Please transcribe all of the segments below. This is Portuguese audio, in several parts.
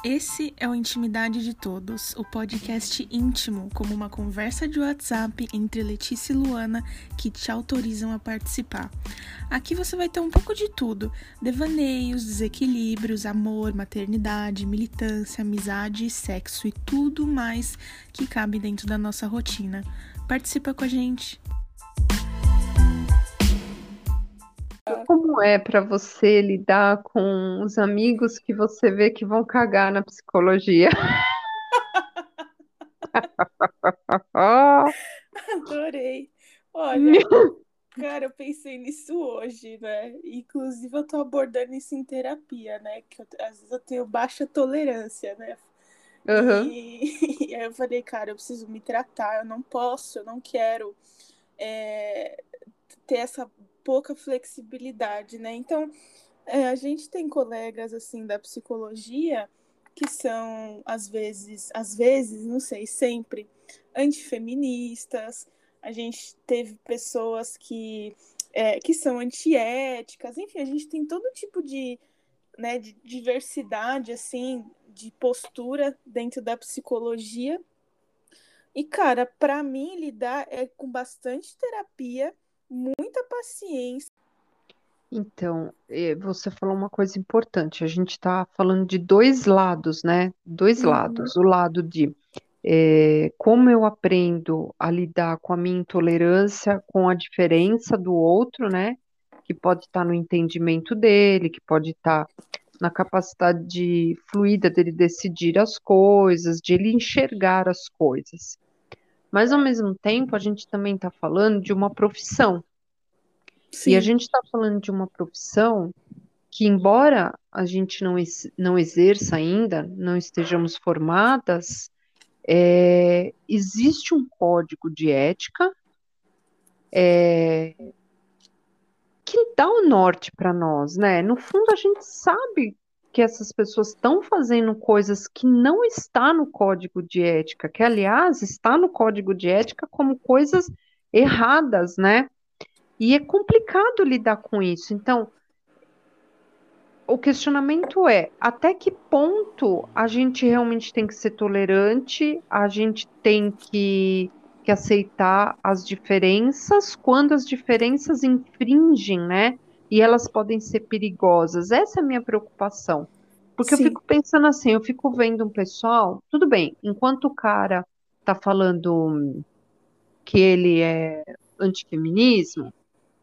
Esse é o Intimidade de Todos, o podcast íntimo, como uma conversa de WhatsApp entre Letícia e Luana que te autorizam a participar. Aqui você vai ter um pouco de tudo: devaneios, desequilíbrios, amor, maternidade, militância, amizade, sexo e tudo mais que cabe dentro da nossa rotina. Participa com a gente! Como é para você lidar com os amigos que você vê que vão cagar na psicologia? Ah, Adorei! Olha, cara, eu pensei nisso hoje, né? Inclusive, eu tô abordando isso em terapia, né? Que às vezes eu tenho baixa tolerância, né? aham. E aí eu falei, cara, eu preciso me tratar, eu não posso, eu não quero é, ter essa pouca flexibilidade, né? Então, a gente tem colegas, assim, da psicologia que são, às vezes, não sei, sempre, antifeministas. A gente teve pessoas que são antiéticas. Enfim, a gente tem todo tipo de diversidade, assim, de postura dentro da psicologia. E, cara, para mim, lidar é com bastante terapia, muita paciência. Então, você falou uma coisa importante. A gente está falando de dois lados, né? Dois Uhum. lados. O lado de como eu aprendo a lidar com a minha intolerância, com a diferença do outro, né? Que pode estar no entendimento dele, que pode estar na capacidade fluida dele decidir as coisas, de ele enxergar as coisas. Mas, ao mesmo tempo, a gente também está falando de uma profissão. E a Sim, gente está falando de uma profissão que, embora a gente não exerça ainda, não estejamos formadas, existe um código de ética que dá o norte para nós, né? No fundo, a gente sabe que essas pessoas estão fazendo coisas que não está no código de ética, que, aliás, está no código de ética como coisas erradas, né? E é complicado lidar com isso. Então, o questionamento é: até que ponto a gente realmente tem que ser tolerante, a gente tem que aceitar as diferenças quando as diferenças infringem, né? E elas podem ser perigosas. Essa é a minha preocupação. Porque eu sim, fico pensando assim, eu fico vendo um pessoal, tudo bem, enquanto o cara tá falando que ele é antifeminismo,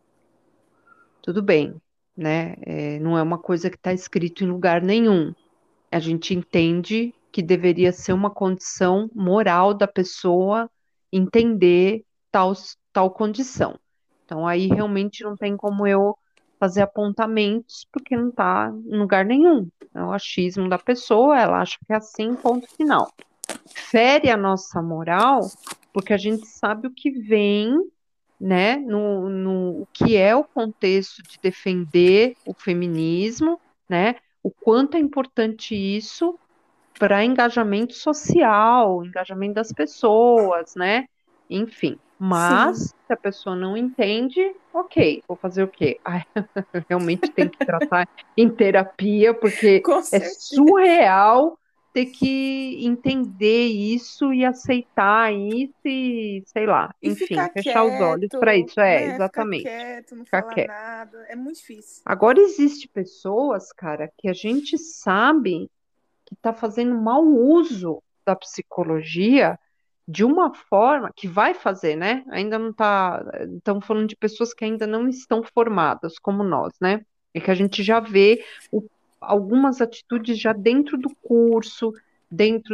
tudo bem, né? Não é uma coisa que está escrito em lugar nenhum. A gente entende que deveria ser uma condição moral da pessoa entender tal condição. Então, aí realmente não tem como eu fazer apontamentos, porque não está em lugar nenhum. É o achismo da pessoa, ela acha que é assim, ponto final. Fere a nossa moral, porque a gente sabe o que vem, né, no o que é o contexto de defender o feminismo, né, o quanto é importante isso para engajamento social, engajamento das pessoas, né, enfim. Mas, sim. se a pessoa não entende, ok, vou fazer o quê? Ai, realmente tem que tratar em terapia, porque Com é certeza. surreal ter que entender isso e aceitar isso e, sei lá, E enfim, ficar fechar os olhos para quieto, isso. né? Ficar Exatamente. quieto, não Ficar falar quieto. nada. É muito difícil. Agora, existe pessoas, cara, que a gente sabe que está fazendo mau uso da psicologia de uma forma que vai fazer, né? Ainda não está. Estamos falando de pessoas que ainda não estão formadas, como nós, né? E que a gente já vê algumas atitudes já dentro do curso, dentro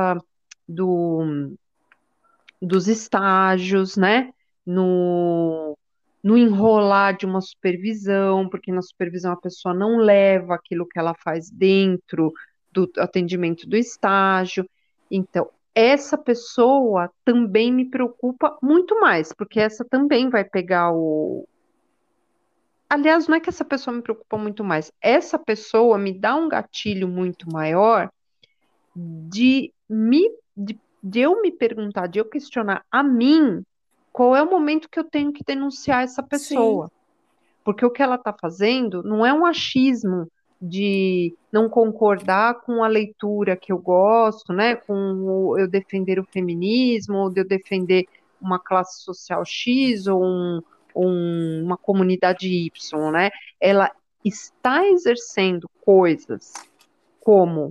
do, dos estágios, né? No, no enrolar de uma supervisão, porque na supervisão a pessoa não leva aquilo que ela faz dentro do atendimento do estágio. Então, essa pessoa também me preocupa muito mais, porque essa também vai pegar o. Aliás, não é que essa pessoa me preocupa muito mais, essa pessoa me dá um gatilho muito maior de eu me perguntar, de eu questionar a mim qual é o momento que eu tenho que denunciar essa Sim, pessoa. Porque o que ela está fazendo não é um achismo, de não concordar com a leitura que eu gosto, né? Com eu defender o feminismo, ou de eu defender uma classe social X ou uma comunidade Y, né? Ela está exercendo coisas como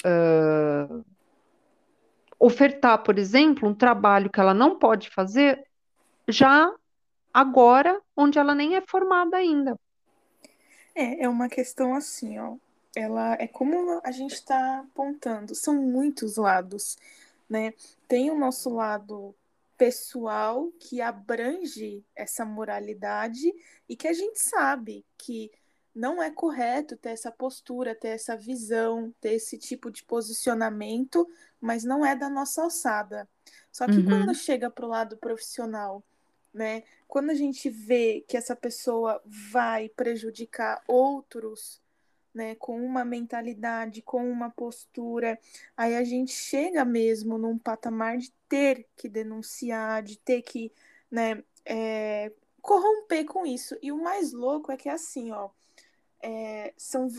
ofertar, por exemplo, um trabalho que ela não pode fazer já agora, onde ela nem é formada ainda. É uma questão assim, ó. Ela é como a gente está apontando, são muitos lados, né? Tem o nosso lado pessoal que abrange essa moralidade e que a gente sabe que não é correto ter essa postura, ter essa visão, ter esse tipo de posicionamento, mas não é da nossa alçada. Só que quando Uhum, chega para o lado profissional, né? Quando a gente vê que essa pessoa vai prejudicar outros, né, com uma mentalidade, com uma postura, aí a gente chega mesmo num patamar de ter que denunciar, de ter que, né, corromper com isso. E o mais louco é que é assim, ó, são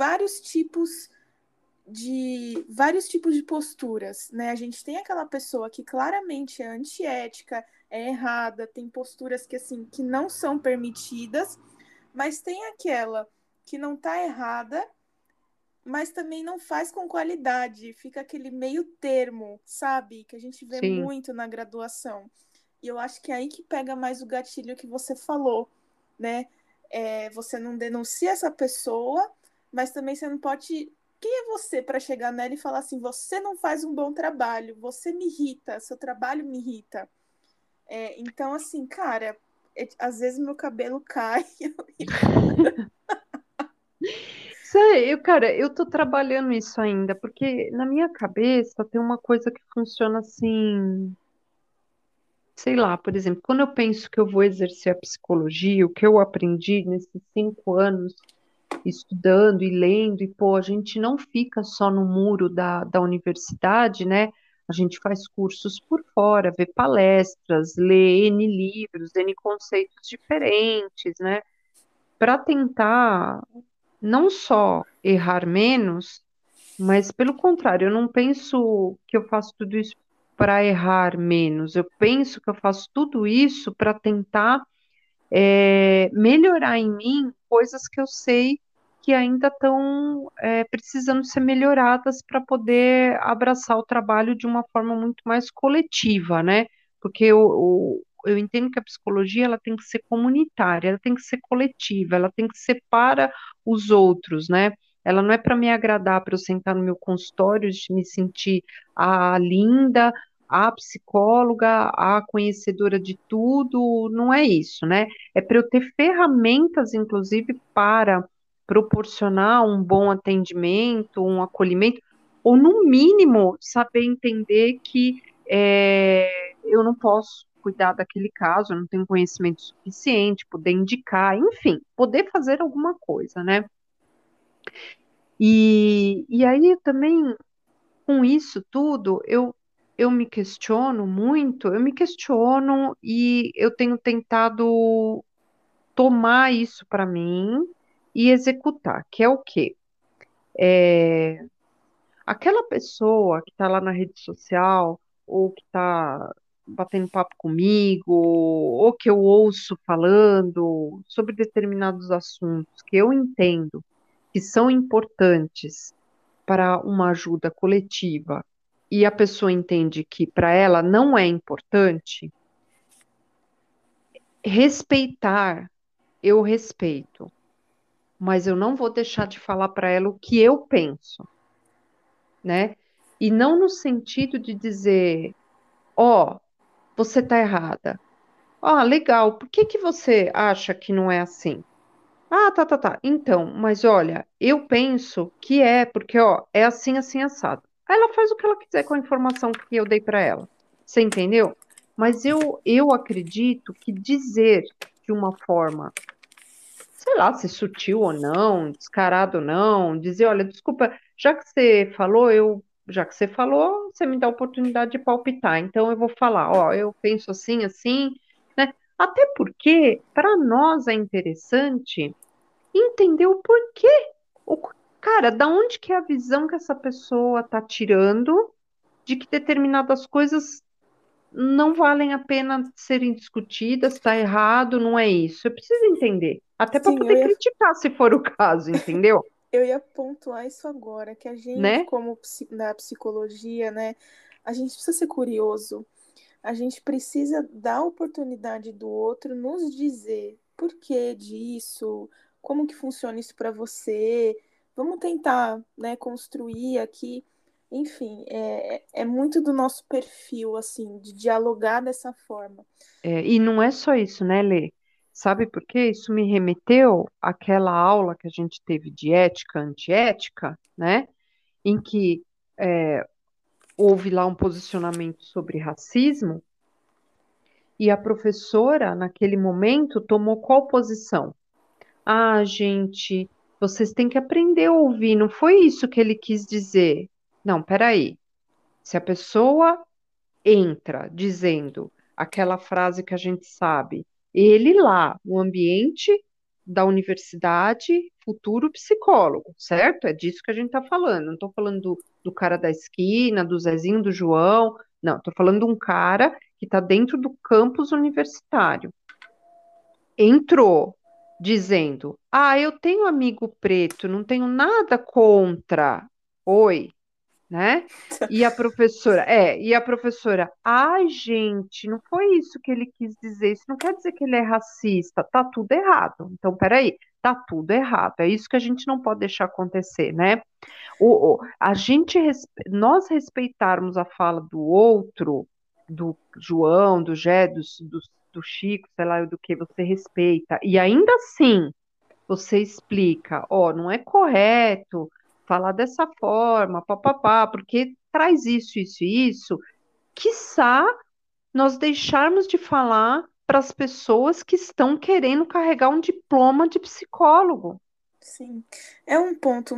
vários tipos de posturas, né? A gente tem aquela pessoa que claramente é antiética, é errada, tem posturas que assim que não são permitidas, mas tem aquela que não tá errada, mas também não faz com qualidade, fica aquele meio termo, sabe? Que a gente vê sim. muito na graduação. E eu acho que é aí que pega mais o gatilho que você falou, né? Você não denuncia essa pessoa, mas também você não pode. Quem é você para chegar nela e falar assim: você não faz um bom trabalho, você me irrita, seu trabalho me irrita. Então, assim, cara, às vezes meu cabelo cai. Sei, cara, eu tô trabalhando isso ainda, porque na minha cabeça tem uma coisa que funciona assim, sei lá, por exemplo, quando eu penso que eu vou exercer a psicologia, o que eu aprendi nesses 5 anos estudando e lendo, e pô, a gente não fica só no muro da universidade, né? A gente faz cursos por fora, vê palestras, lê N livros, N conceitos diferentes, né? Para tentar não só errar menos, mas pelo contrário, eu não penso que eu faço tudo isso para errar menos, eu penso que eu faço tudo isso para tentar melhorar em mim coisas que eu sei que ainda estão precisando ser melhoradas para poder abraçar o trabalho de uma forma muito mais coletiva, né? Porque eu entendo que a psicologia ela tem que ser comunitária, ela tem que ser coletiva, ela tem que ser para os outros, né? Ela não é para me agradar, para eu sentar no meu consultório, e me sentir a linda, a psicóloga, a conhecedora de tudo, não é isso, né? É para eu ter ferramentas, inclusive, para proporcionar um bom atendimento, um acolhimento, ou no mínimo saber entender que eu não posso cuidar daquele caso, eu não tenho conhecimento suficiente, poder indicar, enfim, poder fazer alguma coisa, né? E aí também, com isso tudo, eu me questiono muito, eu me questiono e eu tenho tentado tomar isso para mim e executar, que é o quê? Aquela pessoa que está lá na rede social, ou que está batendo papo comigo, ou que eu ouço falando sobre determinados assuntos que eu entendo que são importantes para uma ajuda coletiva, e a pessoa entende que para ela não é importante, respeitar, eu respeito, mas eu não vou deixar de falar para ela o que eu penso, né? E não no sentido de dizer, ó, você tá errada. Ah, legal. Por que que você acha que não é assim? Ah, tá, tá, tá. Então, mas olha, eu penso que é, porque, ó, é assim, assim, assado. Aí ela faz o que ela quiser com a informação que eu dei para ela. Você entendeu? Mas eu acredito que dizer de uma forma sei lá, se sutil ou não, descarado ou não, dizer, olha, desculpa, já que você falou, você me dá a oportunidade de palpitar, então eu vou falar, ó, eu penso assim, assim, né? Até porque para nós é interessante entender o porquê, Cara, da onde que é a visão que essa pessoa tá tirando de que determinadas coisas não valem a pena serem discutidas, está errado, não é isso. Eu preciso entender, até para Sim, poder criticar se for o caso, entendeu? eu ia pontuar isso agora, que a gente, Né? como da psicologia, né, a gente precisa ser curioso. A gente precisa dar a oportunidade do outro nos dizer por que disso, como que funciona isso para você. Vamos tentar, né, construir aqui. Enfim, é muito do nosso perfil, assim, de dialogar dessa forma. É, e não é só isso, né, Lê? Sabe por quê? Isso me remeteu àquela aula que a gente teve de ética, antiética, né? Em que houve lá um posicionamento sobre racismo e a professora, naquele momento, tomou qual posição? Ah, gente, vocês têm que aprender a ouvir, não foi isso que ele quis dizer. Não, peraí. Se a pessoa entra dizendo aquela frase que a gente sabe, ele lá, no ambiente da universidade, futuro psicólogo, certo? É disso que a gente está falando. Não estou falando do cara da esquina, do Zezinho, do João. Não, estou falando de um cara que está dentro do campus universitário. Entrou dizendo: Ah, eu tenho amigo preto, não tenho nada contra. Oi, né? E a professora, ai, gente, não foi isso que ele quis dizer, isso não quer dizer que ele é racista, tá tudo errado. Então, peraí, tá tudo errado, é isso que a gente não pode deixar acontecer, né? Nós respeitarmos a fala do outro, do João, do Gé, do Chico, sei lá, do que você respeita, e ainda assim você explica, ó, não é correto falar dessa forma, papapá, porque traz isso e isso, quiçá nós deixarmos de falar para as pessoas que estão querendo carregar um diploma de psicólogo. Sim, é um ponto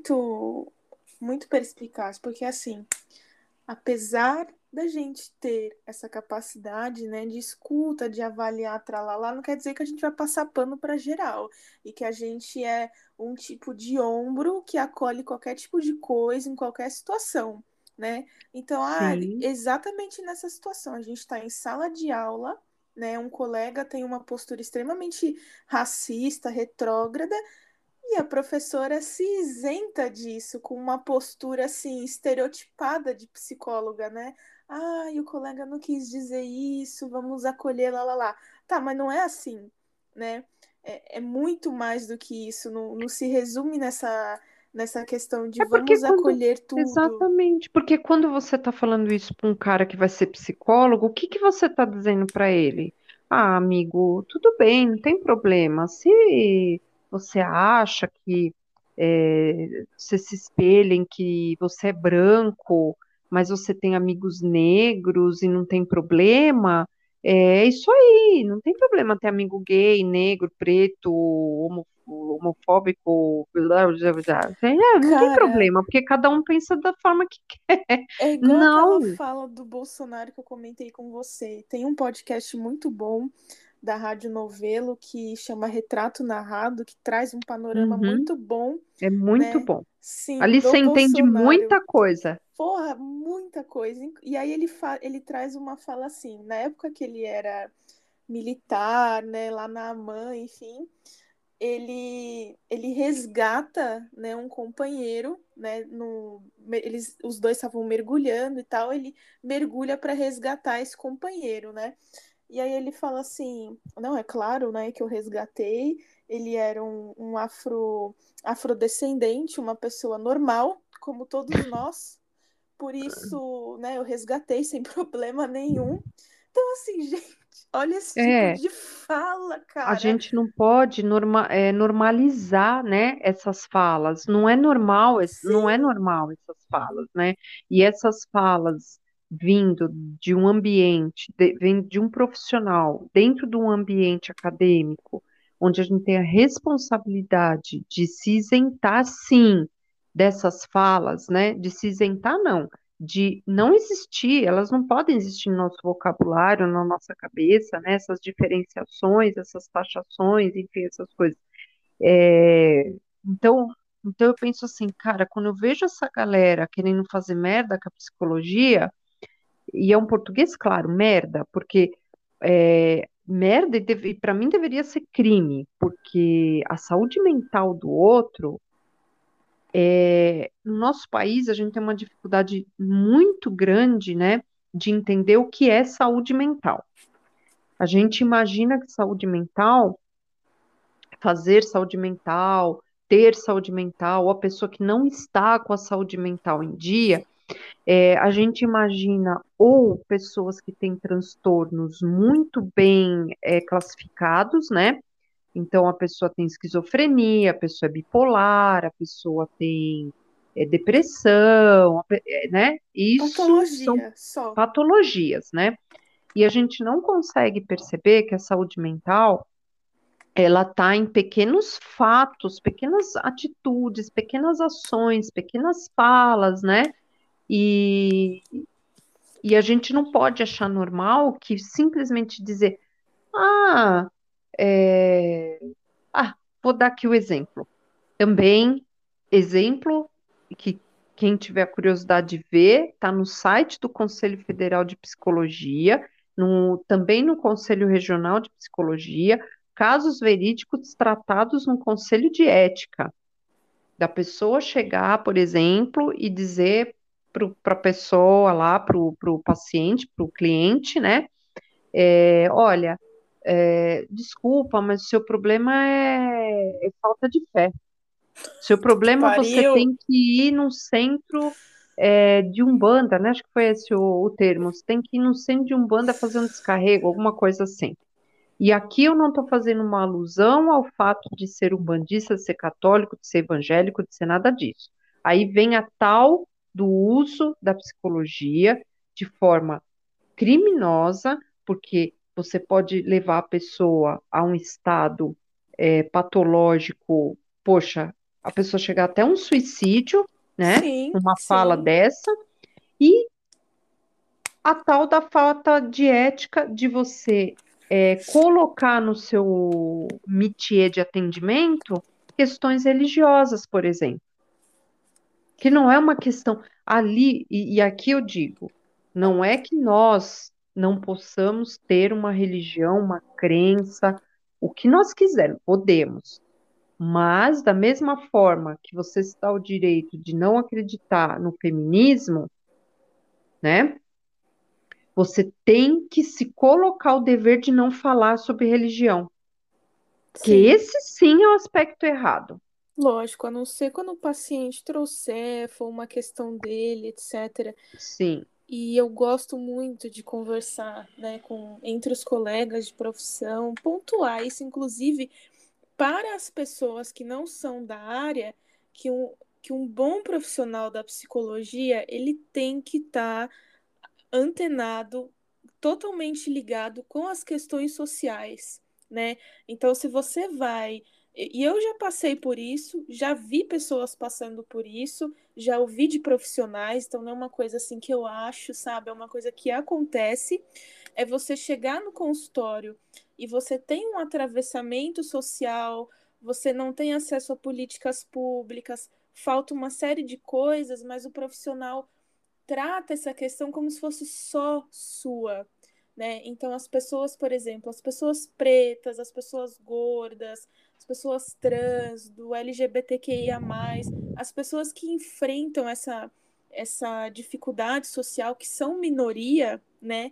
muito perspicaz, porque assim, apesar da gente ter essa capacidade, né, de escuta, de avaliar, tralalá, não quer dizer que a gente vai passar pano para geral e que a gente é um tipo de ombro que acolhe qualquer tipo de coisa em qualquer situação, né? Então, Sim. exatamente nessa situação, a gente está em sala de aula, né? Um colega tem uma postura extremamente racista, retrógrada, e a professora se isenta disso, com uma postura assim, estereotipada de psicóloga, né? Ah, e o colega não quis dizer isso, vamos acolher, lá, lá, lá. Tá, mas não é assim, né? É muito mais do que isso, não se resume nessa questão de É porque vamos quando. acolher tudo. Exatamente, porque quando você está falando isso para um cara que vai ser psicólogo, o que que você está dizendo para ele? Ah, amigo, tudo bem, não tem problema. Se você acha que você se espelha em que você é branco, mas você tem amigos negros e não tem problema, é isso aí, não tem problema ter amigo gay, negro, preto, homofóbico, blá, blá, blá. Não tem Cara, problema, porque cada um pensa da forma que quer. é igual aquela Não. fala do Bolsonaro que eu comentei com você. Tem um podcast muito bom da Rádio Novelo que chama Retrato Narrado, que traz um panorama Uhum, muito bom, é muito né? bom. Sim, Ali do você entende Bolsonaro. muita coisa. Porra, muita coisa. E aí ele traz uma fala assim, na época que ele era militar, né, lá na AMAN, enfim, ele resgata, né, um companheiro, né, os dois estavam mergulhando e tal, ele mergulha para resgatar esse companheiro, né? E aí ele fala assim, não, é claro, né, que eu resgatei, ele era um afrodescendente, uma pessoa normal, como todos nós, por isso, né, eu resgatei sem problema nenhum. Então, assim, gente, olha esse tipo É, de fala, a cara. gente não pode normalizar, né, essas falas. Não é Sim, normal essas falas, né? E essas falas vindo de um ambiente, vem de um profissional dentro de um ambiente acadêmico, onde a gente tem a responsabilidade de se isentar, sim, dessas falas, né? De se isentar, não. De não existir, elas não podem existir no nosso vocabulário, na nossa cabeça, né? Essas diferenciações, essas taxações, enfim, essas coisas. É, então, Então eu penso assim, cara, quando eu vejo essa galera querendo fazer merda com a psicologia, e é um português, claro, merda, porque merda para mim deveria ser crime, porque a saúde mental do outro, no nosso país a gente tem uma dificuldade muito grande, né, de entender o que é saúde mental. A gente imagina que saúde mental, fazer saúde mental, ter saúde mental, ou a pessoa que não está com a saúde mental em dia, a gente imagina ou pessoas que têm transtornos muito bem classificados, né? Então, a pessoa tem esquizofrenia, a pessoa é bipolar, a pessoa tem depressão, né? Isso são Patologia, só. patologias, né? E a gente não consegue perceber que a saúde mental ela está em pequenos fatos, pequenas atitudes, pequenas ações, pequenas falas, né? E, e a gente não pode achar normal que simplesmente dizer, ah, é, ah, vou dar aqui o exemplo. Também, exemplo que quem tiver curiosidade de ver, está no site do Conselho Federal de Psicologia, também no Conselho Regional de Psicologia, casos verídicos tratados no Conselho de Ética. Da pessoa chegar, por exemplo, e dizer para a pessoa lá, para o paciente, para o cliente, né? Olha, desculpa, mas o seu problema é falta de fé. Seu Que problema, você pariu. tem que ir num centro de Umbanda, né? Acho que foi esse o termo. Você tem que ir num centro de Umbanda fazer um descarrego, alguma coisa assim. E aqui eu não estou fazendo uma alusão ao fato de ser umbandista, de ser católico, de ser evangélico, de ser nada disso. Aí vem a tal do uso da psicologia de forma criminosa, porque você pode levar a pessoa a um estado patológico, poxa, a pessoa chegar até um suicídio, né? Sim, Uma fala sim, dessa, e a tal da falta de ética de você colocar no seu métier de atendimento questões religiosas, por exemplo, que não é uma questão ali, e aqui eu digo, não é que nós não possamos ter uma religião, uma crença, o que nós quisermos, podemos. Mas, da mesma forma que você está o direito de não acreditar no feminismo, né? Você tem que se colocar o dever de não falar sobre religião. Porque sim. esse sim é o aspecto errado. Lógico, a não ser quando o paciente trouxer, for uma questão dele, etc. Sim, E eu gosto muito de conversar, né, entre os colegas de profissão, pontuar isso, inclusive, para as pessoas que não são da área, que que um bom profissional da psicologia, ele tem que estar antenado, totalmente ligado com as questões sociais, né? Então, se você vai. E eu já passei por isso, já vi pessoas passando por isso, já ouvi de profissionais, então não é uma coisa assim que eu acho, sabe? É uma coisa que acontece. É você chegar no consultório e você tem um atravessamento social, você não tem acesso a políticas públicas, falta uma série de coisas, mas o profissional trata essa questão como se fosse só sua, né? Então as pessoas, por exemplo, as pessoas pretas, as pessoas gordas, as pessoas trans, do LGBTQIA+, as pessoas que enfrentam essa dificuldade social, que são minoria, né?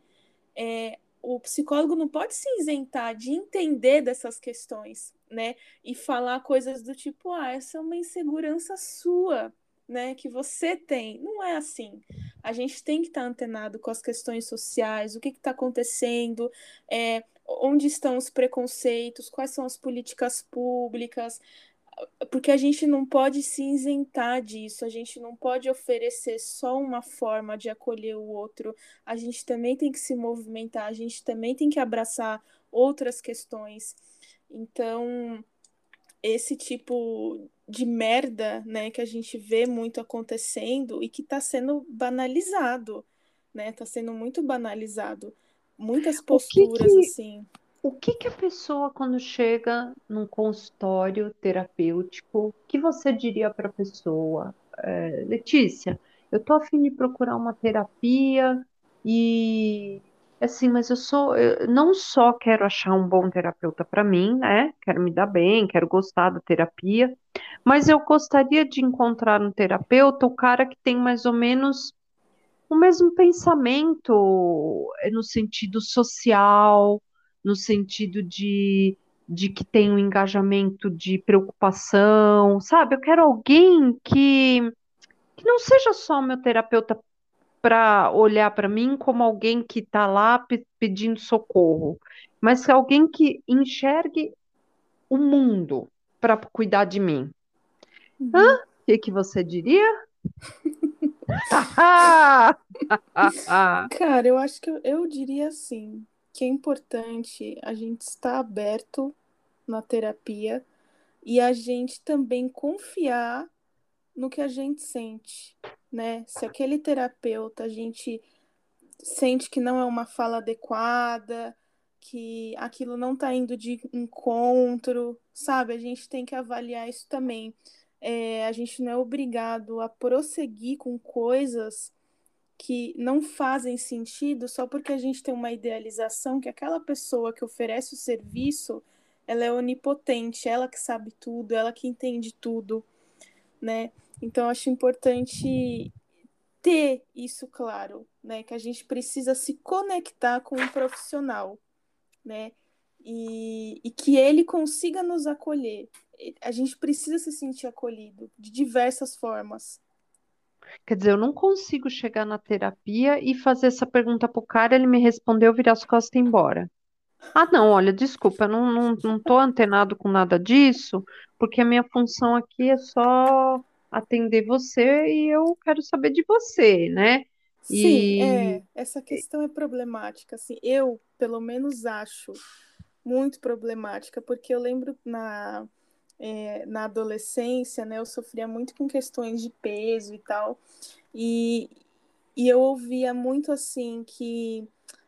O psicólogo não pode se isentar de entender dessas questões, né? E falar coisas do tipo, essa é uma insegurança sua, né? Que você tem. Não é assim. A gente tem que estar antenado com as questões sociais, o que está acontecendo, onde estão os preconceitos, quais são as políticas públicas, porque a gente não pode se isentar disso, a gente não pode oferecer só uma forma de acolher o outro, a gente também tem que se movimentar, a gente também tem que abraçar outras questões. Então, esse tipo de merda, né, que a gente vê muito acontecendo e que está sendo banalizado, né, está sendo muito banalizado. Muitas O que posturas que, assim. O que que a pessoa, quando chega num consultório terapêutico, o que você diria para a pessoa? Letícia, eu tô a fim de procurar uma terapia e assim, mas eu não só quero achar um bom terapeuta para mim, né? Quero me dar bem, quero gostar da terapia, mas eu gostaria de encontrar no terapeuta o cara que tem mais ou menos o mesmo pensamento no sentido social, no sentido de que tem um engajamento de preocupação, sabe? Eu quero alguém que não seja só meu terapeuta para olhar para mim como alguém que está lá pedindo socorro, mas alguém que enxergue o mundo para cuidar de mim. Uhum. O que que você diria? Cara, eu acho que eu diria assim, que é importante a gente estar aberto na terapia e a gente também confiar no que a gente sente, né? Se aquele terapeuta a gente sente que não é uma fala adequada, que aquilo não está indo de encontro, sabe? A gente tem que avaliar isso também. A gente não é obrigado a prosseguir com coisas que não fazem sentido só porque a gente tem uma idealização que aquela pessoa que oferece o serviço, ela é onipotente, ela que sabe tudo, ela que entende tudo, né? Então acho importante ter isso claro, né? Que a gente precisa se conectar com um profissional, né? E que ele consiga nos acolher. A gente precisa se sentir acolhido de diversas formas. Quer dizer, eu não consigo chegar na terapia e fazer essa pergunta pro cara, ele me respondeu, virar as costas e ir embora. Ah, não, olha, desculpa, eu não tô antenado com nada disso, porque a minha função aqui é só atender você e eu quero saber de você, né? Sim, E essa questão é problemática, assim, eu, pelo menos, acho muito problemática, porque eu lembro na adolescência, né, eu sofria muito com questões de peso e tal, e, e eu ouvia muito assim que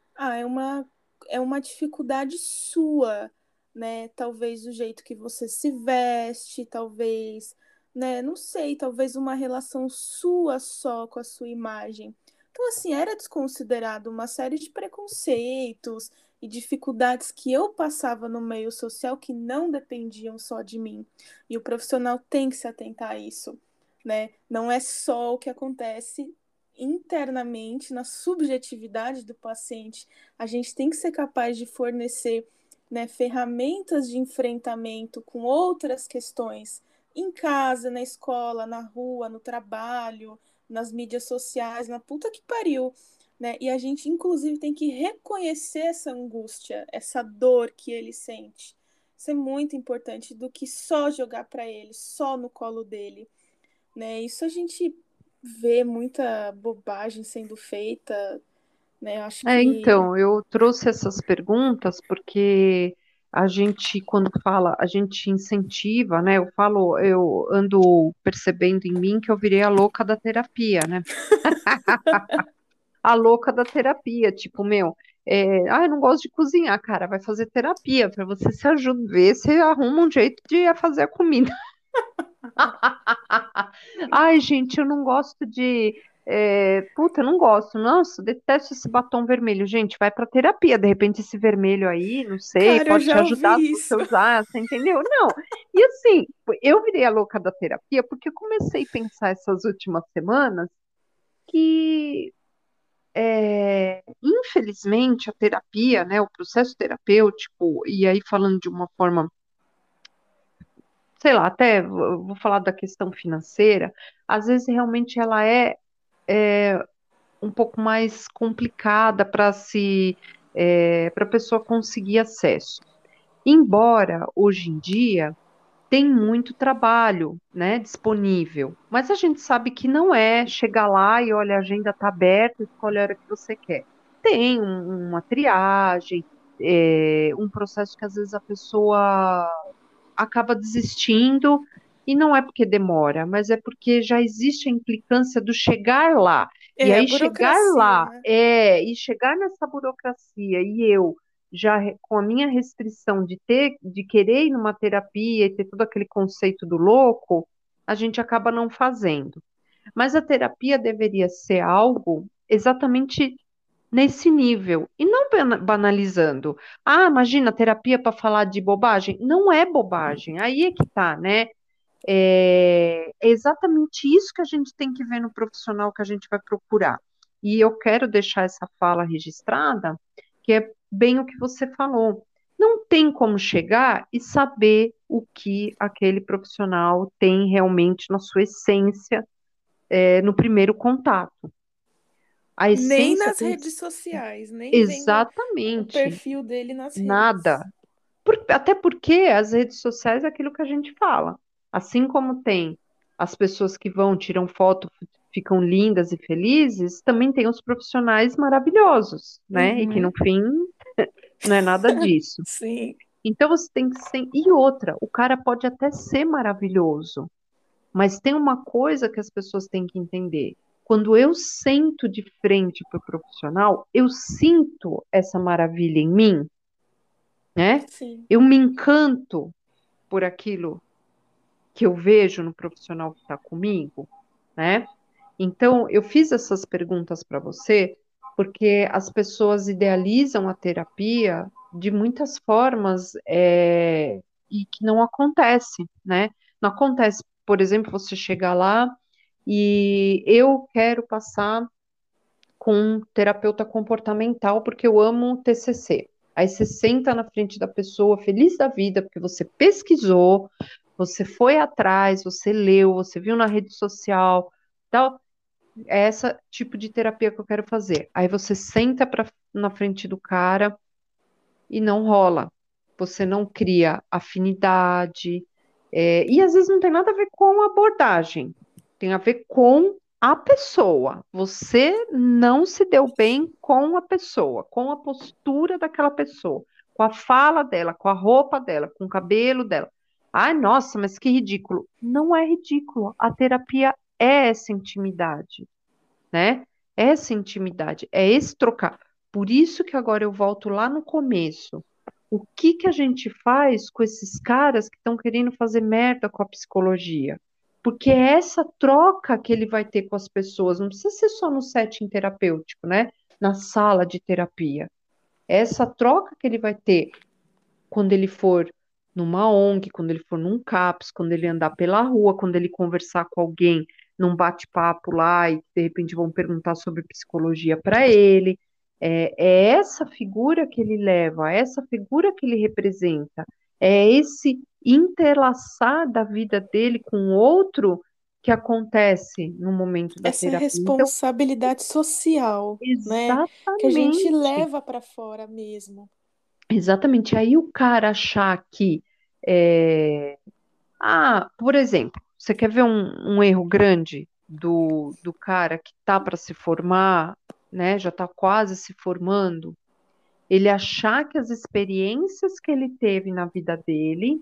é uma dificuldade sua, né? Talvez o jeito que você se veste, talvez, né? Não sei, talvez uma relação sua só com a sua imagem. Então, assim, era desconsiderado uma série de preconceitos e dificuldades que eu passava no meio social que não dependiam só de mim. E o profissional tem que se atentar a isso, né? Não é só o que acontece internamente na subjetividade do paciente, a gente tem que ser capaz de fornecer, né, ferramentas de enfrentamento com outras questões em casa, na escola, na rua, no trabalho, nas mídias sociais, na puta que pariu, né? E a gente inclusive tem que reconhecer essa angústia, essa dor que ele sente. Isso é muito importante do que só jogar para ele, só no colo dele, né? Isso a gente vê muita bobagem sendo feita, né? Eu acho que então, eu trouxe essas perguntas porque a gente, quando fala, a gente incentiva, né? Eu falo, eu ando percebendo em mim que eu virei a louca da terapia, né? A louca da terapia, tipo, meu, eu não gosto de cozinhar, cara, vai fazer terapia para você se ajuda, ver se arruma um jeito de fazer a comida. Ai, gente, eu não gosto de. Puta, eu não gosto. Nossa, detesto esse batom vermelho. Gente, vai pra terapia. De repente, esse vermelho aí, não sei, cara, eu pode te já ajudar se ouvi você isso. usar, você entendeu? Não. E assim, eu virei a louca da terapia porque eu comecei a pensar essas últimas semanas que, infelizmente, a terapia, né, o processo terapêutico, e aí falando de uma forma, sei lá, até vou falar da questão financeira, às vezes realmente ela é um pouco mais complicada para a pessoa conseguir acesso. Embora hoje em dia tem muito trabalho, né, disponível, mas a gente sabe que não é chegar lá e olha, a agenda está aberta, escolhe a hora que você quer. Tem uma triagem, um processo que às vezes a pessoa acaba desistindo, e não é porque demora, mas é porque já existe a implicância do chegar lá. E A aí chegar burocracia, lá, né? e chegar nessa burocracia, e eu com a minha restrição de querer ir numa terapia e ter todo aquele conceito do louco, a gente acaba não fazendo. Mas a terapia deveria ser algo exatamente nesse nível e não banalizando. Ah, imagina terapia para falar de bobagem. Não é bobagem. Aí é que tá, né? É exatamente isso que a gente tem que ver no profissional que a gente vai procurar. E eu quero deixar essa fala registrada, que é bem o que você falou. Não tem como chegar e saber o que aquele profissional tem realmente na sua essência, no primeiro contato. A Nem essência nas tem redes sociais, nem vendo o exatamente perfil dele nas nada. redes. Até porque as redes sociais é aquilo que a gente fala. Assim como tem as pessoas que vão, tiram foto, ficam lindas e felizes, também tem os profissionais maravilhosos, né? E que no Uhum, fim não é nada disso. sim. Então você tem que ser. E outra, o cara pode até ser maravilhoso, mas tem uma coisa que as pessoas têm que entender. Quando eu sento de frente para o profissional, eu sinto essa maravilha em mim, né? Sim. Eu me encanto por aquilo que eu vejo no profissional que está comigo, né? Então, eu fiz essas perguntas para você porque as pessoas idealizam a terapia de muitas formas, e que não acontece, né? Não acontece, por exemplo, você chegar lá e eu quero passar com um terapeuta comportamental porque eu amo TCC. Aí você senta na frente da pessoa, feliz da vida, porque você pesquisou, você foi atrás, você leu, você viu na rede social, tal. É esse tipo de terapia que eu quero fazer. Aí você senta na frente do cara e não rola. Você não cria afinidade. E às vezes não tem nada a ver com a abordagem, tem a ver com a pessoa. Você não se deu bem com a pessoa, com a postura daquela pessoa, com a fala dela, com a roupa dela, com o cabelo dela. Ai, nossa, mas que ridículo. Não é ridículo. A terapia é essa intimidade, né? Essa intimidade, é esse trocar. Por isso que agora eu volto lá no começo. O que que a gente faz com esses caras que estão querendo fazer merda com a psicologia? Porque é essa troca que ele vai ter com as pessoas, não precisa ser só no setting terapêutico, né? Na sala de terapia. É essa troca que ele vai ter quando ele for numa ONG, quando ele for num CAPS, quando ele andar pela rua, quando ele conversar com alguém num bate-papo lá e de repente vão perguntar sobre psicologia para ele. É essa figura que ele leva, é essa figura que ele representa, é esse interlaçar da vida dele com o outro que acontece no momento da Essa terapia. Então, responsabilidade social, né? Que a gente exatamente. leva para fora mesmo. Exatamente. Aí o cara achar que é, por exemplo, você quer ver um erro grande do cara que tá para se formar, né? Já está quase se formando, ele achar que as experiências que ele teve na vida dele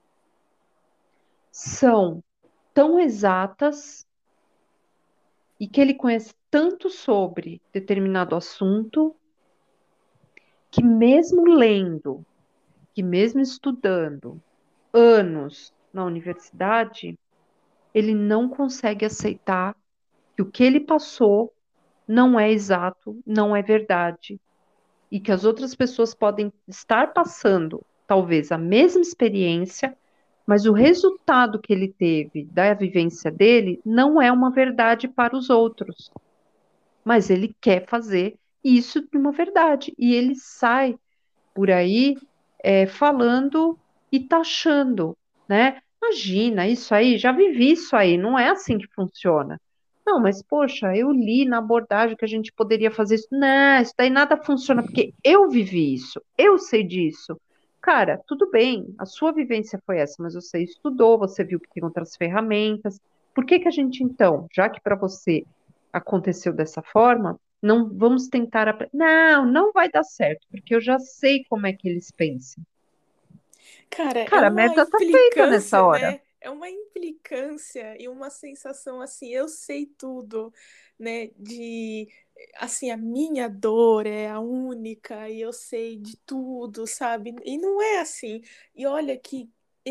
são tão exatas e que ele conhece tanto sobre determinado assunto que mesmo lendo, que mesmo estudando anos na universidade, ele não consegue aceitar que o que ele passou não é exato, não é verdade, e que as outras pessoas podem estar passando talvez a mesma experiência, mas o resultado que ele teve da vivência dele não é uma verdade para os outros, mas ele quer fazer isso de uma verdade, e ele sai por aí falando e taxando, né? Imagina, isso aí, já vivi isso aí, não é assim que funciona. Não, mas poxa, eu li na abordagem que a gente poderia fazer isso. Não, isso daí nada funciona, porque eu vivi isso, eu sei disso. Cara, tudo bem, a sua vivência foi essa, mas você estudou, você viu que tem outras ferramentas. Por que que a gente, então, já que para você aconteceu dessa forma, não vamos tentar. Não, não vai dar certo, porque eu já sei como é que eles pensam. Cara, é Cara, a uma merda tá feita nessa implicância, hora. né? É uma implicância e uma sensação assim, eu sei tudo, né? De assim, a minha dor é a única e eu sei de tudo, sabe? E não é assim. E olha que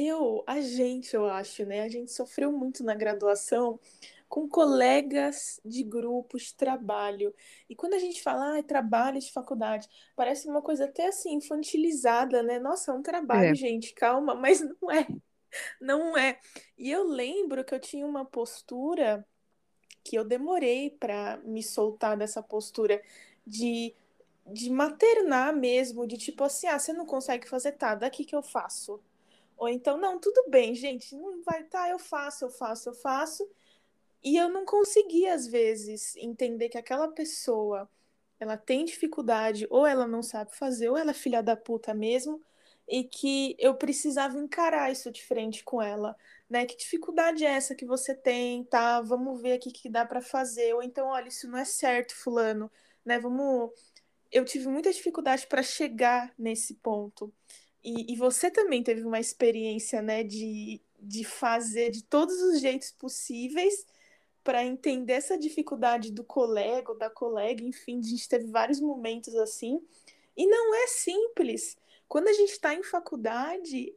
eu acho, né? A gente sofreu muito na graduação com colegas de grupos de trabalho. E quando a gente fala, trabalho de faculdade, parece uma coisa até assim infantilizada, né? Nossa, é um trabalho, É, gente, calma, mas não é, não é. E eu lembro que eu tinha uma postura que eu demorei para me soltar dessa postura de, de maternar mesmo, de tipo assim, você não consegue fazer, tá, daqui que eu faço. Ou então, não, tudo bem, gente, não vai, tá, eu faço, eu faço, eu faço. E eu não conseguia, às vezes, entender que aquela pessoa ela tem dificuldade, ou ela não sabe fazer, ou ela é filha da puta mesmo, e que eu precisava encarar isso de frente com ela, né? Que dificuldade é essa que você tem, tá? Vamos ver aqui o que dá para fazer, ou então, olha, isso não é certo, fulano, né? Vamos. Eu tive muita dificuldade para chegar nesse ponto. E você também teve uma experiência, né, de fazer de todos os jeitos possíveis para entender essa dificuldade do colega ou da colega, enfim, a gente teve vários momentos assim. E não é simples. Quando a gente está em faculdade,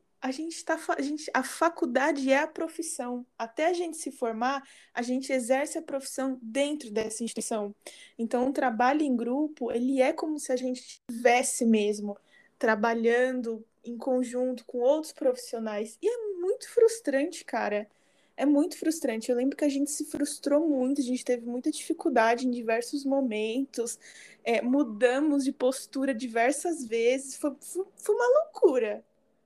a faculdade é a profissão. Até a gente se formar, a gente exerce a profissão dentro dessa instituição. Então, o trabalho em grupo, ele é como se a gente estivesse mesmo trabalhando em conjunto com outros profissionais. E é muito frustrante, cara. É muito frustrante. Eu lembro que a gente se frustrou muito, a gente teve muita dificuldade em diversos momentos, mudamos de postura diversas vezes, foi uma loucura.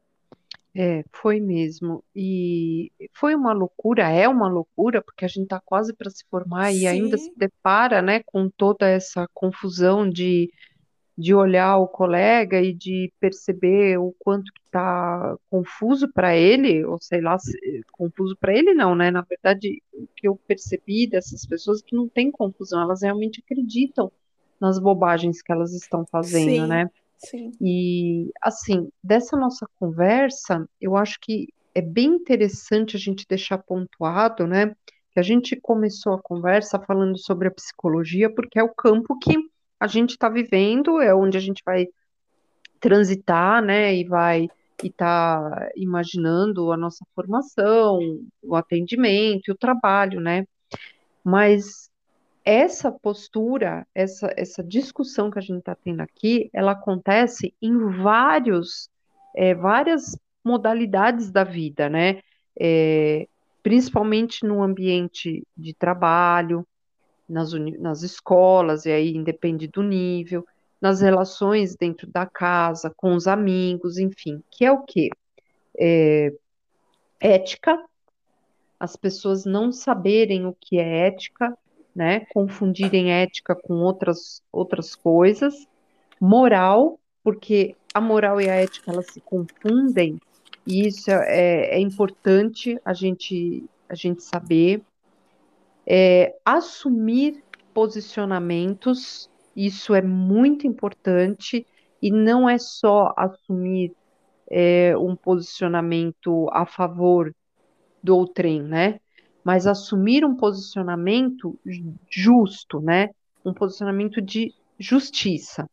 foi mesmo. E foi uma loucura, é uma loucura, porque a gente está quase para se formar e ainda se Sim, depara, né, com toda essa confusão de olhar o colega e de perceber o quanto que está confuso para ele, ou sei lá, confuso para ele não, né? Na verdade, o que eu percebi dessas pessoas é que não tem confusão, elas realmente acreditam nas bobagens que elas estão fazendo, sim, né? sim, E assim, dessa nossa conversa, eu acho que é bem interessante a gente deixar pontuado, né? Que a gente começou a conversa falando sobre a psicologia, porque é o campo que a gente está vivendo, é onde a gente vai transitar, né? E vai estar imaginando a nossa formação, o atendimento e o trabalho, né? Mas essa postura, essa discussão que a gente está tendo aqui, ela acontece em várias modalidades da vida, né? É, principalmente no ambiente de trabalho, nas escolas, e aí independe do nível, nas relações dentro da casa, com os amigos, enfim, que é o quê? Ética, as pessoas não saberem o que é ética, né? Confundirem ética com outras coisas. Moral, porque a moral e a ética elas se confundem, e isso é importante a gente saber. Assumir posicionamentos, isso é muito importante, e não é só assumir um posicionamento a favor do outrem, né? Mas assumir um posicionamento justo, né? Um posicionamento de justiça.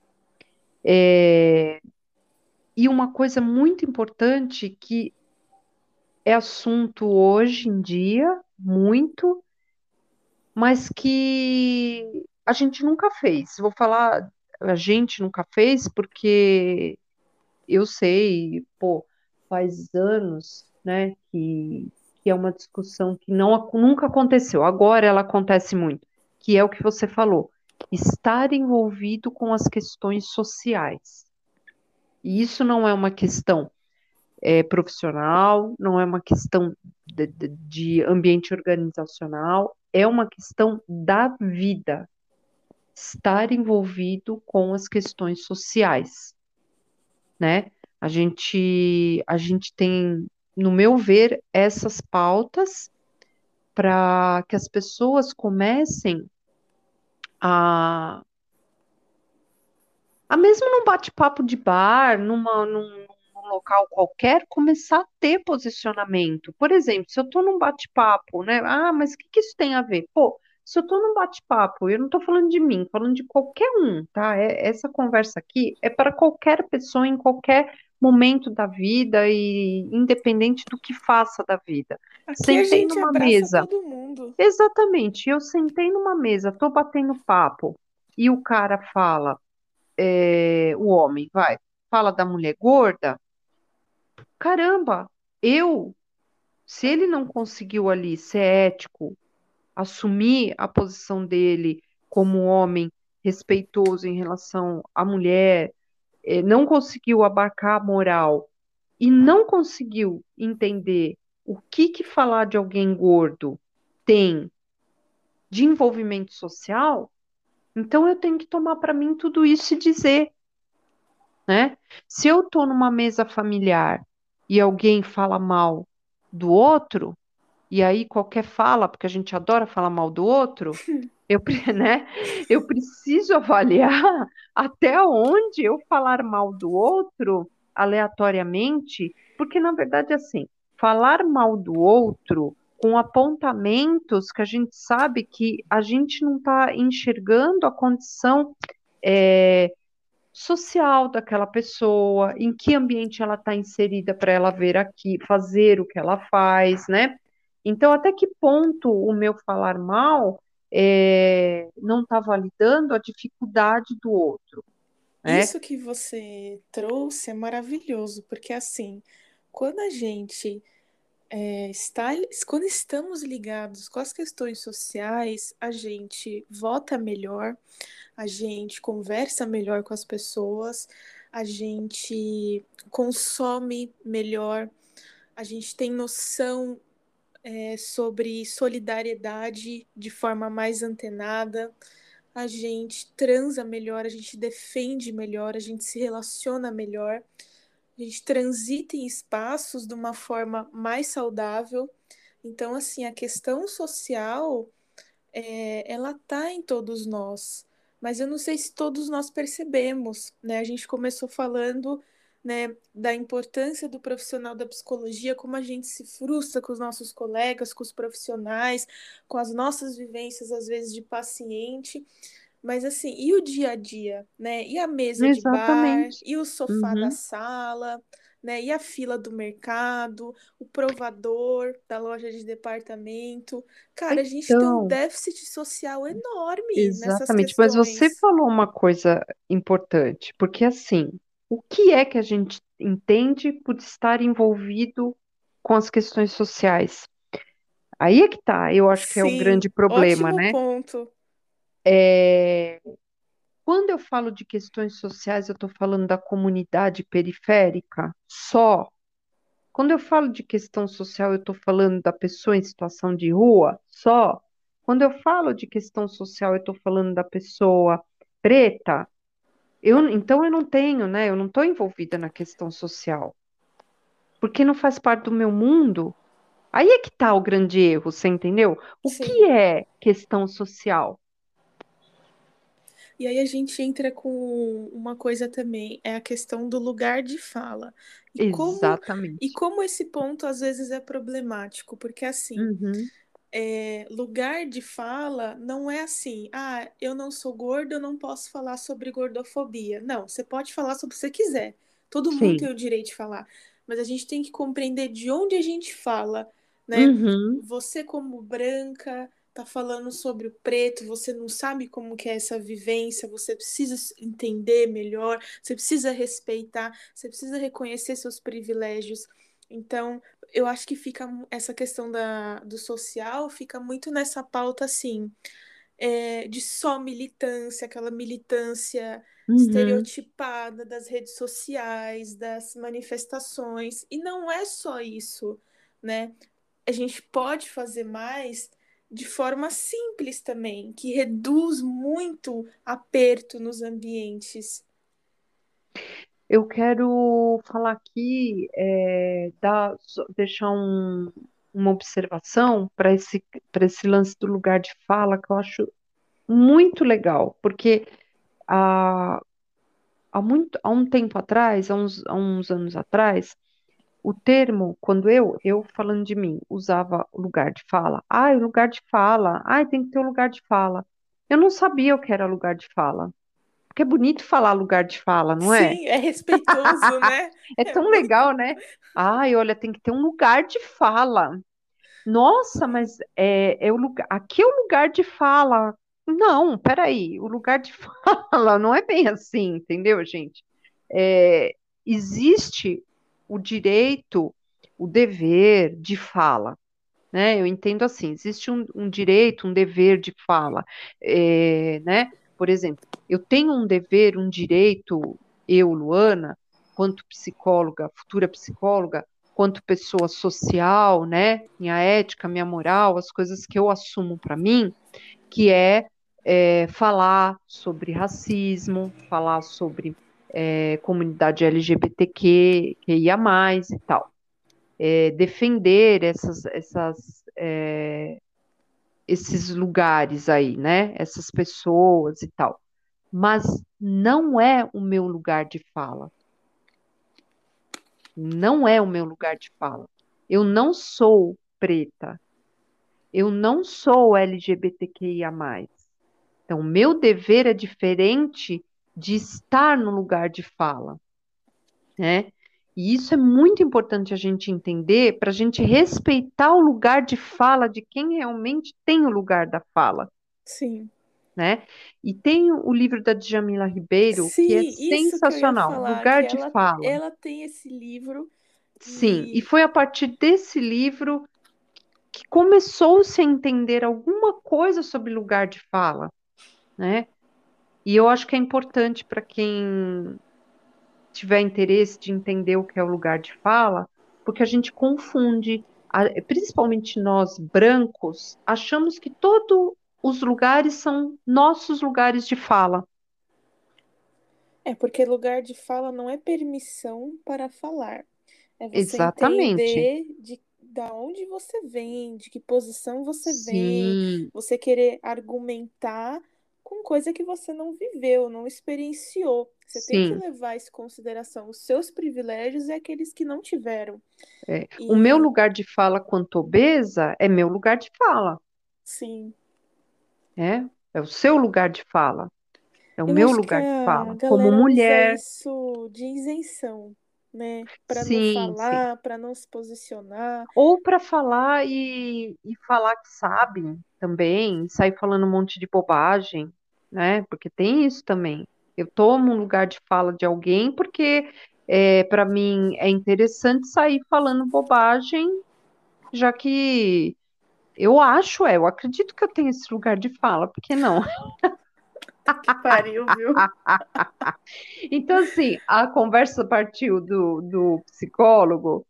E uma coisa muito importante que é assunto hoje em dia, muito, mas que a gente nunca fez. Vou falar, a gente nunca fez porque eu sei, pô, faz anos, né, que é uma discussão que nunca aconteceu. Agora ela acontece muito, que é o que você falou, estar envolvido com as questões sociais. E isso não é uma questão profissional, não é uma questão de ambiente organizacional, é uma questão da vida, estar envolvido com as questões sociais, né? A gente tem, no meu ver, essas pautas para que as pessoas comecem a, mesmo num bate-papo de bar, num local qualquer, começar a ter posicionamento. Por exemplo, se eu estou num bate-papo, né? Ah, mas o que isso tem a ver? Pô, Se eu tô num bate-papo, eu não tô falando de mim, falando de qualquer um, tá? Essa conversa aqui é para qualquer pessoa em qualquer momento da vida e independente do que faça da vida. Aqui a Sentei gente numa abraça mesa, todo mundo. exatamente, eu sentei numa mesa, tô batendo papo e o cara fala, o homem, vai, fala da mulher gorda, caramba, eu, se ele não conseguiu ali ser ético, assumir a posição dele como homem respeitoso em relação à mulher, não conseguiu abarcar a moral e não conseguiu entender o que que falar de alguém gordo tem de envolvimento social, então eu tenho que tomar para mim tudo isso e dizer, né? Se eu estou numa mesa familiar e alguém fala mal do outro, e aí qualquer fala, porque a gente adora falar mal do outro, né? Eu preciso avaliar até onde eu falar mal do outro aleatoriamente, porque na verdade assim, falar mal do outro com apontamentos que a gente sabe que a gente não está enxergando a condição é, social daquela pessoa, em que ambiente ela está inserida para ela ver aqui, fazer o que ela faz, né? Então, até que ponto o meu falar mal não está validando a dificuldade do outro, né? Isso que você trouxe é maravilhoso, porque assim, quando a gente está, quando estamos ligados com as questões sociais, a gente vota melhor, a gente conversa melhor com as pessoas, a gente consome melhor, a gente tem noção, sobre solidariedade de forma mais antenada, a gente transa melhor, a gente defende melhor, a gente se relaciona melhor, a gente transita em espaços de uma forma mais saudável. Então, assim, a questão social, ela tá em todos nós, mas eu não sei se todos nós percebemos, né? A gente começou falando, né, da importância do profissional da psicologia, como a gente se frustra com os nossos colegas, com os profissionais, com as nossas vivências, às vezes, de paciente. Mas assim, e o dia a dia, né? E a mesa de bar, Exatamente. e o sofá da Uhum. sala, né? E a fila do mercado, o provador da loja de departamento. Cara, a gente tem um Então, déficit social enorme nessas exatamente. Mas você questões. falou uma coisa importante, porque assim, o que é que a gente entende por estar envolvido com as questões sociais? Aí é que tá, eu acho que é o grande Sim, problema, ótimo né? ponto. É, quando eu falo de questões sociais, eu estou falando da comunidade periférica só. Quando eu falo de questão social, eu estou falando da pessoa em situação de rua só. Quando eu falo de questão social, eu estou falando da pessoa preta. Então eu não tenho, né? Eu não estou envolvida na questão social, porque não faz parte do meu mundo. Aí é que está o grande erro, você entendeu? O que Sim. é questão social? E aí a gente entra com uma coisa também, é a questão do lugar de fala. E Exatamente. como esse ponto às vezes é problemático, porque assim, Uhum. lugar de fala não é assim, ah, eu não sou gordo, eu não posso falar sobre gordofobia. Não, você pode falar sobre o que você quiser. Todo mundo tem Sim. o direito de falar. Mas a gente tem que compreender de onde a gente fala, né? Uhum. Você como branca tá falando sobre o preto, você não sabe como que é essa vivência, você precisa entender melhor, você precisa respeitar, você precisa reconhecer seus privilégios. Então, eu acho que fica essa questão do social fica muito nessa pauta assim, de só militância, aquela militância Uhum. estereotipada das redes sociais, das manifestações, e não é só isso, né? A gente pode fazer mais de forma simples também, que reduz muito aperto nos ambientes. Eu quero falar aqui, deixar uma observação para esse lance do lugar de fala que eu acho muito legal, porque há, há um tempo atrás, há uns anos atrás, o termo, quando eu falando de mim, usava o lugar de fala. Ah, o lugar de fala. Ah, tem que ter um lugar de fala. Eu não sabia o que era lugar de fala. Porque é bonito falar lugar de fala, não é? Sim, é respeitoso, né? É É tão muito. legal, né? Ai, olha, tem que ter um lugar de fala. Nossa, mas é o lugar. Aqui é o lugar de fala. Não, peraí, o lugar de fala não é bem assim, entendeu, gente? É, existe o direito, o dever de fala, né? Eu entendo assim, existe um direito, um dever de fala, né? Por exemplo, eu tenho um dever, um direito, eu, Luana, quanto psicóloga, futura psicóloga, quanto pessoa social, né? Minha ética, minha moral, as coisas que eu assumo para mim, que falar sobre racismo, falar sobre comunidade LGBTQ, QIA+, e tal, defender esses lugares aí, né? Essas pessoas e tal. Mas não é o meu lugar de fala. Não é o meu lugar de fala. Eu não sou preta. Eu não sou LGBTQIA+. Então, meu dever é diferente de estar no lugar de fala, né? E isso é muito importante a gente entender para a gente respeitar o lugar de fala de quem realmente tem o lugar da fala, Sim. né? E tem o livro da Djamila Ribeiro, que é Sim, isso que eu ia sensacional, falar, que Lugar de Fala. ela tem esse livro Sim, e e foi a partir desse livro que começou-se a entender alguma coisa sobre lugar de fala, né? E eu acho que é importante para quem tiver interesse de entender o que é o lugar de fala, porque a gente confunde, principalmente nós brancos, achamos que todos os lugares são nossos lugares de fala. é porque lugar de fala não é permissão para falar. É você Exatamente. entender de da onde você vem, de que posição você vem, Sim, você querer argumentar com coisa que você não viveu, não experienciou. Você tem que sim. levar isso em consideração os seus privilégios e aqueles que não tiveram. O meu E lugar de fala quanto obesa é meu lugar de fala, sim, né? É o seu lugar de fala, é o eu meu acho que lugar de a fala. Como galera usa mulher, isso de isenção, né? Para não sim, sim. falar, para não se posicionar. Ou para falar e falar que sabe também, sair falando um monte de bobagem, né? Porque tem isso também. Eu tomo um lugar de fala de alguém porque para mim é interessante sair falando bobagem, já que eu acredito que eu tenho esse lugar de fala, por que não? Que pariu, viu? Então, assim, a conversa partiu do psicólogo,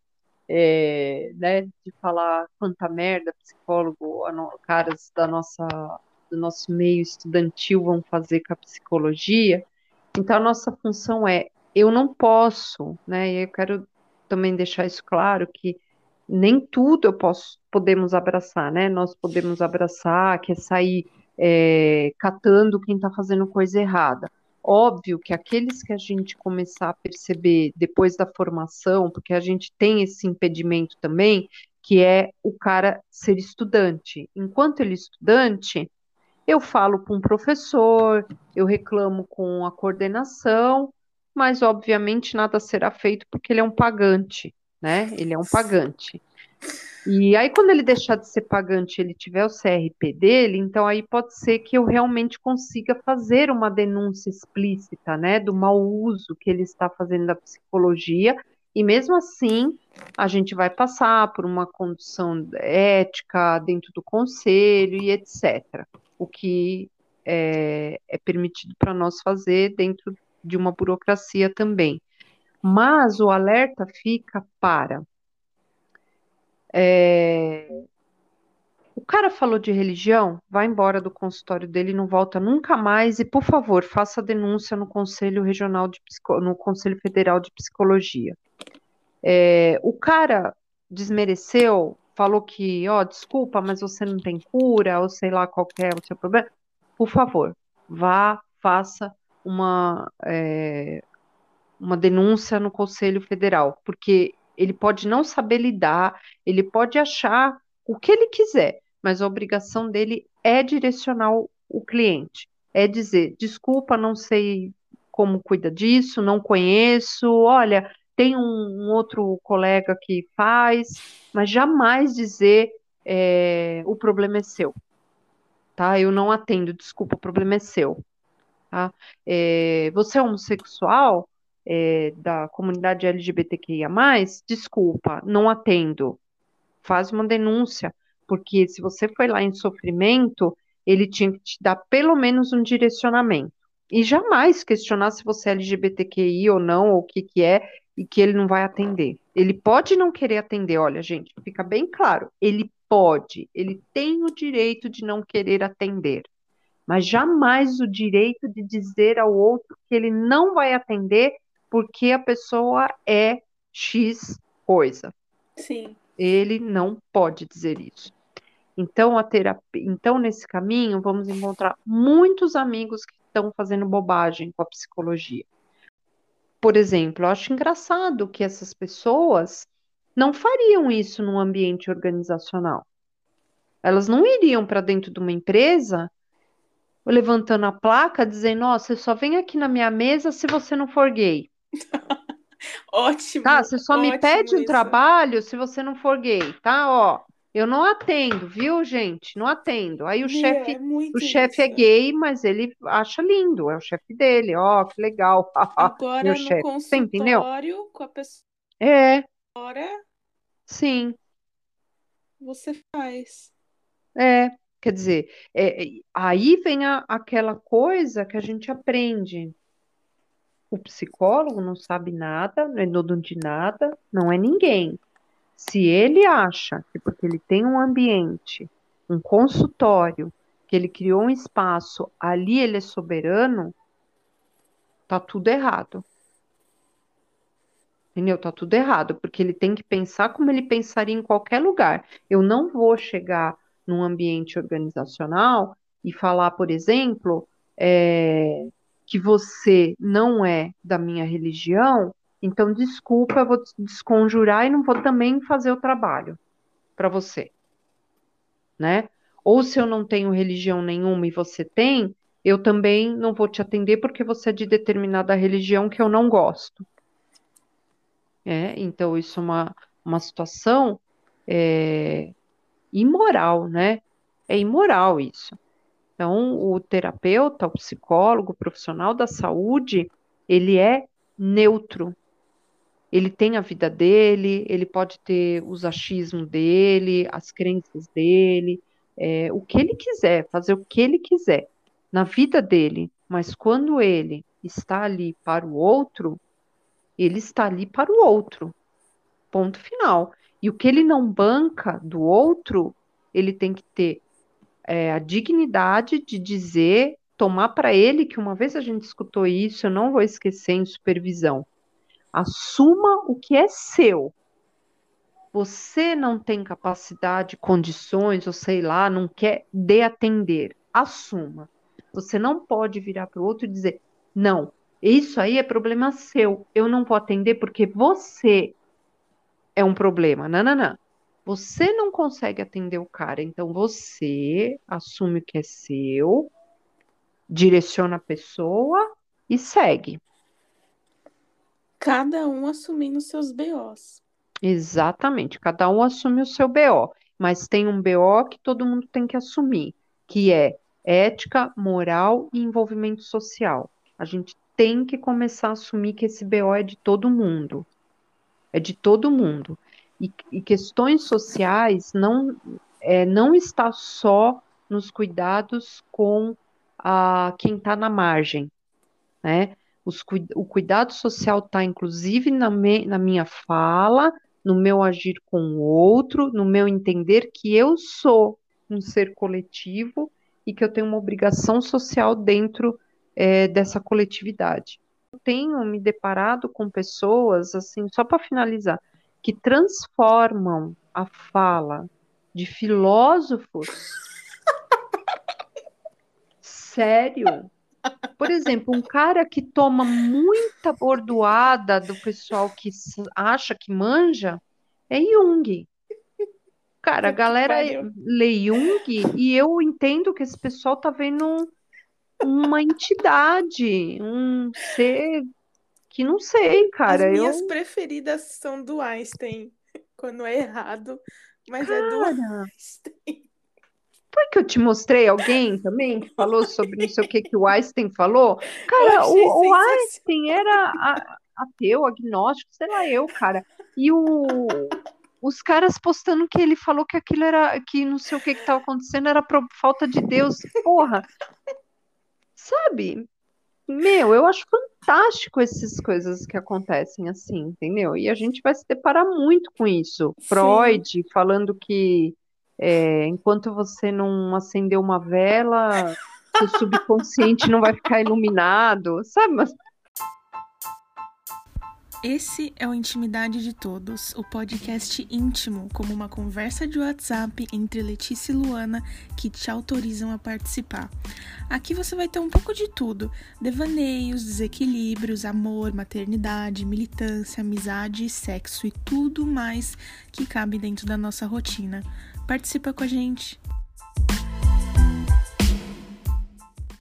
né, de falar quanta merda psicólogo, caras do nosso meio estudantil vão fazer com a psicologia. Então, a nossa função eu não posso, né, e eu quero também deixar isso claro, que nem tudo podemos abraçar, né, nós podemos abraçar, que é sair catando quem está fazendo coisa errada. Óbvio que aqueles que a gente começar a perceber depois da formação, porque a gente tem esse impedimento também, que é o cara ser estudante. Enquanto ele é estudante, eu falo com o professor, eu reclamo com a coordenação, mas obviamente nada será feito porque ele é um pagante, né? Ele é um pagante. E aí, quando ele deixar de ser pagante, ele tiver o CRP dele, então aí pode ser que eu realmente consiga fazer uma denúncia explícita, né, do mau uso que ele está fazendo da psicologia, e mesmo assim, a gente vai passar por uma condução ética dentro do conselho e etc. O que é permitido para nós fazer dentro de uma burocracia também. Mas o alerta fica para. é, O cara falou de religião, vai embora do consultório dele e não volta nunca mais. E, por favor, faça denúncia no Conselho Regional no Conselho Federal de Psicologia. O cara desmereceu, falou que, ó, desculpa, mas você não tem cura, ou sei lá qual que é o seu problema. Por favor, vá, faça uma denúncia no Conselho Federal, porque Ele pode não saber lidar, ele pode achar o que ele quiser, mas a obrigação dele é direcionar o cliente. É dizer, desculpa, não sei como cuida disso, não conheço, olha, tem um outro colega que faz, mas jamais dizer o problema é seu, tá? Eu não atendo, desculpa, o problema é seu, tá? Você é homossexual, da comunidade LGBTQIA+, desculpa, não atendo. Faz uma denúncia, porque se você foi lá em sofrimento, ele tinha que te dar pelo menos um direcionamento. E jamais questionar se você é LGBTQI ou não, ou o que que é, e que ele não vai atender. Ele pode não querer atender, olha, gente, fica bem claro, ele pode, ele tem o direito de não querer atender, mas jamais o direito de dizer ao outro que ele não vai atender porque a pessoa é X coisa. Sim. Ele não pode dizer isso. Então, então, nesse caminho, vamos encontrar muitos amigos que estão fazendo bobagem com a psicologia. Por exemplo, eu acho engraçado que essas pessoas não fariam isso num ambiente organizacional. Elas não iriam para dentro de uma empresa levantando a placa dizendo, nossa, você só vem aqui na minha mesa se você não for gay. Tá? Ótimo, Você só me ótimo pede um isso. trabalho se você não for gay, tá? Ó, eu não atendo, viu, gente? Não atendo. Aí Meu, é o muito chefe é isso. gay, mas ele acha lindo, é o chefe dele. Ó, que legal. Meu Agora no chefe. Você entendeu? consultório, com a pessoa, É, sim, você faz. é. Quer dizer, aí vem aquela coisa que a gente aprende. O psicólogo não sabe nada, não é dono de nada, não é ninguém. Se ele acha que porque ele tem um ambiente, um consultório, que ele criou um espaço, ali ele é soberano, tá tudo errado. Entendeu? Tá tudo errado, porque ele tem que pensar como ele pensaria em qualquer lugar. Eu não vou chegar num ambiente organizacional e falar, por exemplo, que você não é da minha religião, então desculpa, eu vou desconjurar e não vou também fazer o trabalho para você. Né? Ou se eu não tenho religião nenhuma e você tem, eu também não vou te atender porque você é de determinada religião que eu não gosto. Então, isso é uma situação é, imoral, né? É imoral isso. Então, o terapeuta, o psicólogo, o profissional da saúde, ele é neutro. Ele tem a vida dele, ele pode ter os achismos dele, as crenças dele, o que ele quiser, fazer o que ele quiser na vida dele, mas quando ele está ali para o outro, ele está ali para o outro, ponto final. E o que ele não banca do outro, ele tem que ter a dignidade de dizer, tomar para ele, que uma vez a gente escutou isso, eu não vou esquecer em supervisão. Assuma o que é seu. Você não tem capacidade, condições, ou sei lá, não quer de atender. Assuma. Você não pode virar para o outro e dizer: não, isso aí é problema seu. Eu não vou atender porque você é um problema. Não, não, não. Você não consegue atender o cara, então você assume o que é seu, direciona a pessoa e segue. Cada um assumindo seus BOs. Exatamente, cada um assume o seu BO, mas tem um BO que todo mundo tem que assumir, que é ética, moral e envolvimento social. A gente tem que começar a assumir que esse BO é de todo mundo, é de todo mundo. E questões sociais não está só nos cuidados com quem está na margem, né? O cuidado social está, inclusive, na minha fala, no meu agir com o outro, no meu entender que eu sou um ser coletivo e que eu tenho uma obrigação social dentro, dessa coletividade. Eu tenho me deparado com pessoas, assim, só para finalizar, que transformam a fala de filósofos. Sério? Por exemplo, um cara que toma muita bordoada do pessoal que acha que manja é Jung. Cara, a Puta que galera pariu. lê Jung e eu entendo que esse pessoal tá vendo uma entidade, um ser que não sei, As cara. minhas preferidas são do Einstein, quando é errado, mas é do Cara, Einstein. foi que eu te mostrei alguém também que falou sobre não sei o que que o Einstein falou? Eu Cara, achei o sensacional. Einstein era ateu, agnóstico, sei lá eu, cara. E os caras postando que ele falou que aquilo era, que não sei o que que estava acontecendo era por falta de Deus. Porra, sabe? Meu, eu acho fantástico essas coisas que acontecem assim, entendeu? E a gente vai se deparar muito com isso. Sim. Freud falando que enquanto você não acender uma vela, seu subconsciente não vai ficar iluminado, sabe? Mas Esse é o Intimidade de Todos, o podcast íntimo, como uma conversa de WhatsApp entre Letícia e Luana que te autorizam a participar. Aqui você vai ter um pouco de tudo: devaneios, desequilíbrios, amor, maternidade, militância, amizade, sexo e tudo mais que cabe dentro da nossa rotina. Participa com a gente!